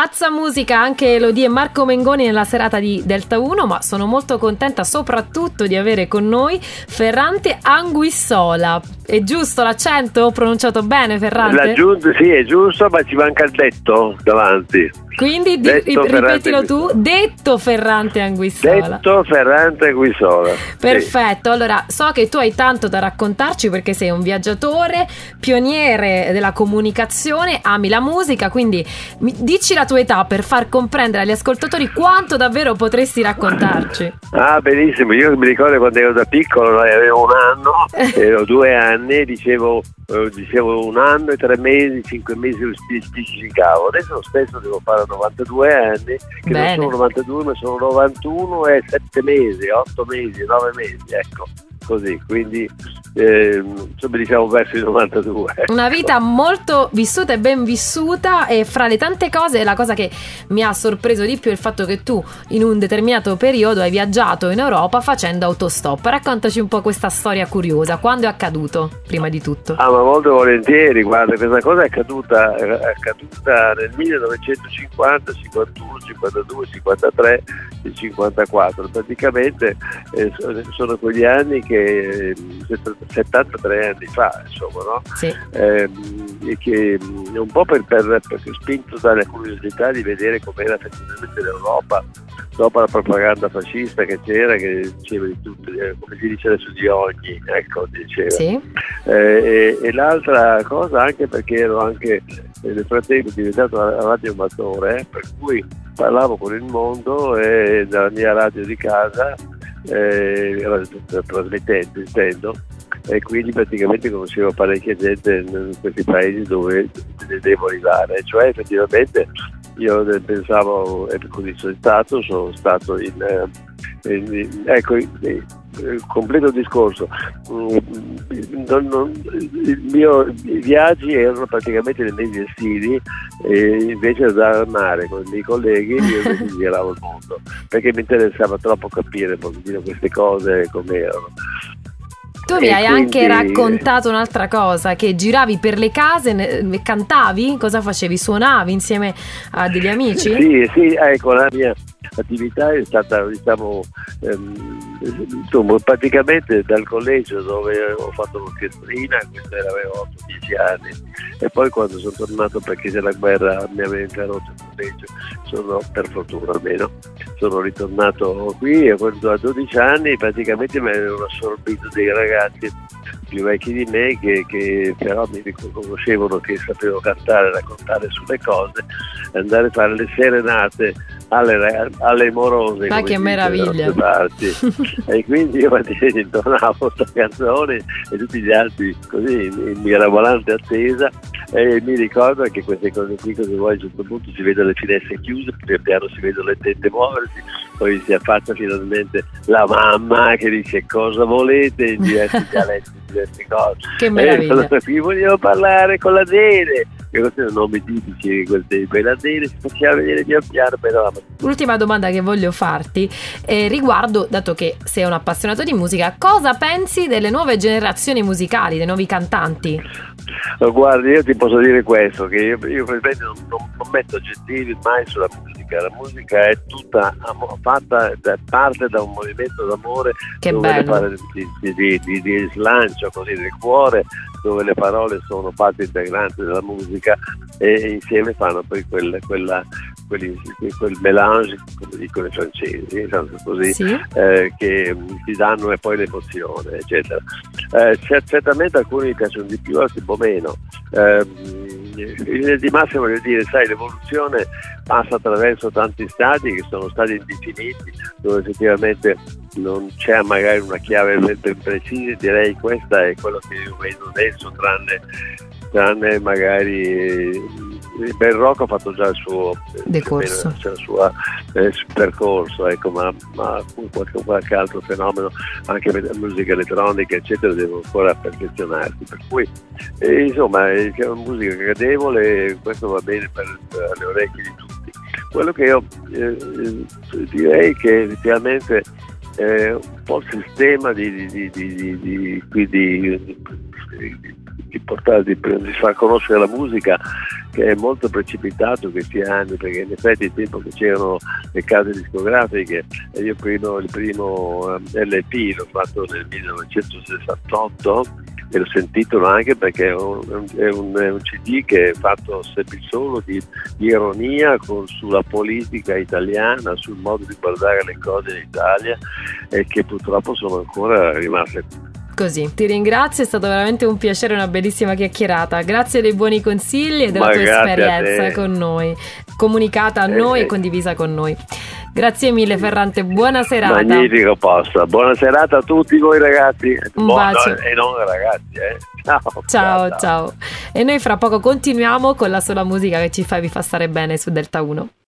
Pazza musica anche Elodie e Marco Mengoni nella serata di Delta 1, ma sono molto contenta soprattutto di avere con noi Ferrante Anguissola. È giusto l'accento? Ho pronunciato bene, Ferrante? Sì, è giusto, ma ci manca il detto davanti. Quindi ripetilo tu, detto Ferrante Anguissola. Detto Ferrante Anguissola. Perfetto, sì. Allora so che tu hai tanto da raccontarci perché sei un viaggiatore, pioniere della comunicazione, ami la musica, quindi dici la tua età per far comprendere agli ascoltatori quanto davvero potresti raccontarci. Benissimo, io mi ricordo quando ero da piccolo, avevo 1 anno, ero 2 anni, dicevo 1 anno e 3 mesi, 5 mesi specificavo. Adesso lo stesso devo fare a 92 anni, che Bene. non sono 92 ma sono 91 e 7 mesi, 8 mesi, 9 mesi, ecco, così, quindi insomma diciamo verso i 92. Una vita molto vissuta e ben vissuta, e fra le tante cose la cosa che mi ha sorpreso di più è il fatto che tu in un determinato periodo hai viaggiato in Europa facendo autostop. Raccontaci un po' questa storia curiosa, quando è accaduto prima di tutto? Ma molto volentieri, guarda, questa cosa è accaduta nel 1950, 51, 52, 53 e 54, praticamente sono quegli anni che 73 anni fa, insomma, no? Sì. E che un po' perché spinto dalla curiosità di vedere com'era effettivamente l'Europa dopo la propaganda fascista che c'era, che diceva di tutto, come si dice adesso, di ogni, ecco, diceva. Sì. E l'altra cosa anche perché ero anche nel frattempo diventato radioamatore, per cui parlavo con il mondo e dalla mia radio di casa, trasmettente intendo, e quindi praticamente conoscevo parecchia gente in questi paesi dove devo arrivare, cioè effettivamente io pensavo, e così sono stato completo il discorso. I viaggi erano praticamente nei mesi estivi, e invece di andare al mare con i miei colleghi io invece giravo il mondo perché mi interessava troppo capire un pochettino queste cose com'erano. Tu mi hai anche raccontato un'altra cosa, che giravi per le case, cantavi? Cosa facevi? Suonavi insieme a degli amici? Sì, ecco, la mia attività è stata, diciamo, insomma, praticamente dal collegio dove ho fatto l'orchestrina, questo avevo 8-10 anni, e poi quando sono tornato, perché la guerra mi aveva interrotto il collegio, per fortuna almeno, sono ritornato qui, e quando a 12 anni praticamente mi avevano assorbito dei ragazzi più vecchi di me che però mi riconoscevano che sapevo cantare, raccontare sulle cose, andare a fare le serenate alle morose. Ma che meraviglia! E quindi io intonavo questa canzone e tutti gli altri così in mirabolante attesa, e mi ricordo che queste cose qui, cosa vuoi, a un certo punto si vedono le finestre chiuse, pian piano si vedono le tende muoversi, poi si affaccia finalmente la mamma che dice cosa volete in diversi dialetti, diverse cose. Che meraviglia! Allora qui volevo parlare con la Dene, che questi sono nomi tipici di quel tempo, e la Dene si faceva vedere pian piano, però. L'ultima domanda che voglio farti riguardo, dato che sei un appassionato di musica, cosa pensi delle nuove generazioni musicali, dei nuovi cantanti? Guardi, io ti posso dire questo, che io non metto aggettivi mai sulla musica. La musica è tutta fatta parte da un movimento d'amore, che dove bello, di slancio così del cuore, dove le parole sono parte integrante della musica, e insieme fanno poi quel mélange, come dicono i francesi, così, sì. Che ti danno e poi l'emozione, eccetera. Certamente alcuni mi piacciono di più, altri un po' meno. Di massimo voglio dire, sai, l'evoluzione passa attraverso tanti stadi che sono stati indefiniti, dove effettivamente non c'è magari una chiave ben precisa. Direi questa è quello che io vedo adesso, tranne magari il bel rock ha fatto già il suo decorso, cioè il suo percorso, ecco, ma qualche altro fenomeno, anche la musica elettronica eccetera, devono ancora perfezionarsi, per cui insomma è una musica gradevole, questo va bene per le orecchie di tutti. Quello che io direi che effettivamente un po' il sistema di far conoscere la musica che è molto precipitato questi anni, perché in effetti il tempo che c'erano le case discografiche, e io il primo LP l'ho fatto nel 1968 e l'ho sentito anche perché è un CD che è fatto sempre solo di ironia sulla politica italiana, sul modo di guardare le cose in Italia, e che purtroppo sono ancora rimaste così. Ti ringrazio, è stato veramente un piacere, una bellissima chiacchierata. Grazie dei buoni consigli e della tua esperienza con noi, comunicata a noi e condivisa con noi. Grazie mille Ferrante, buona serata. Magnifico posto, buona serata a tutti voi ragazzi. Un bacio. E non ragazzi, ciao. E noi fra poco continuiamo con la sola musica che vi fa stare bene su Delta 1.